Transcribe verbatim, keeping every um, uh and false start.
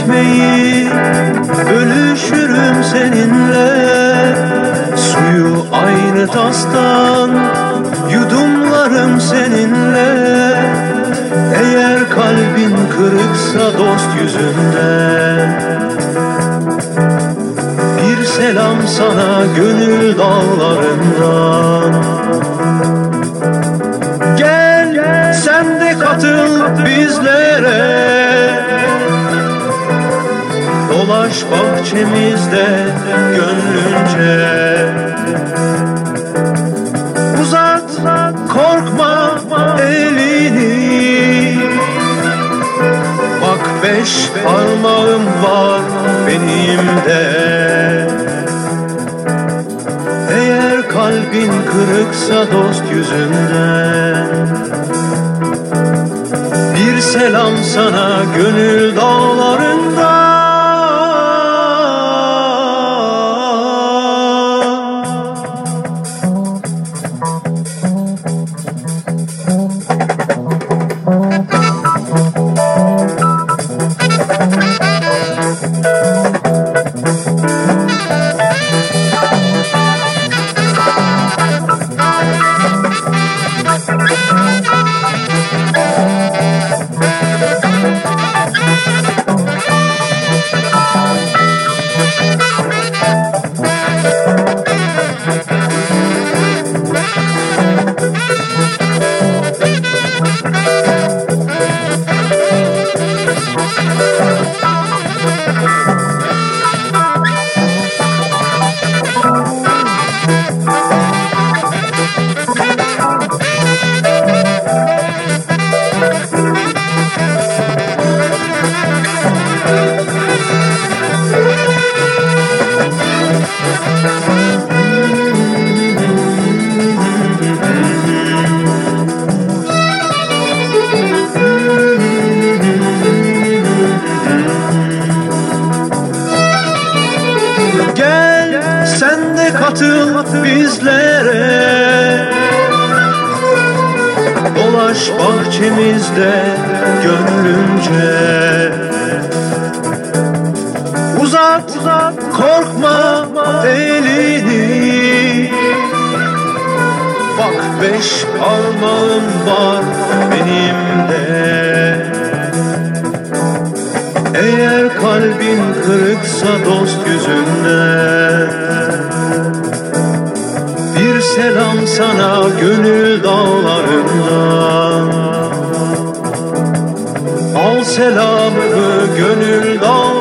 ekmeği bölüşürüm seninle. Suyu aynı tastan yudumlarım seninle. Eğer kalbin kırıksa dost yüzünden, bir selam sana gönül dağlarından. Gel, gel sen de katıl bizlere, dolaş bahçemizde gönlünce. Uzat, korkma elini, bak beş parmağım var benim de. Eğer kalbin kırıksa dost yüzünden, bir selam sana gönül dağlarında. Gel sen de katıl bizlere, dolaş bahçemizde gönlünce. Uzat, korkma elini, bak beş parmağım var benim de. Eğer kalbin kırıksa dost yüzünden, bir selam sana gönül dağlarından. Al selamımı gönül dağlarından.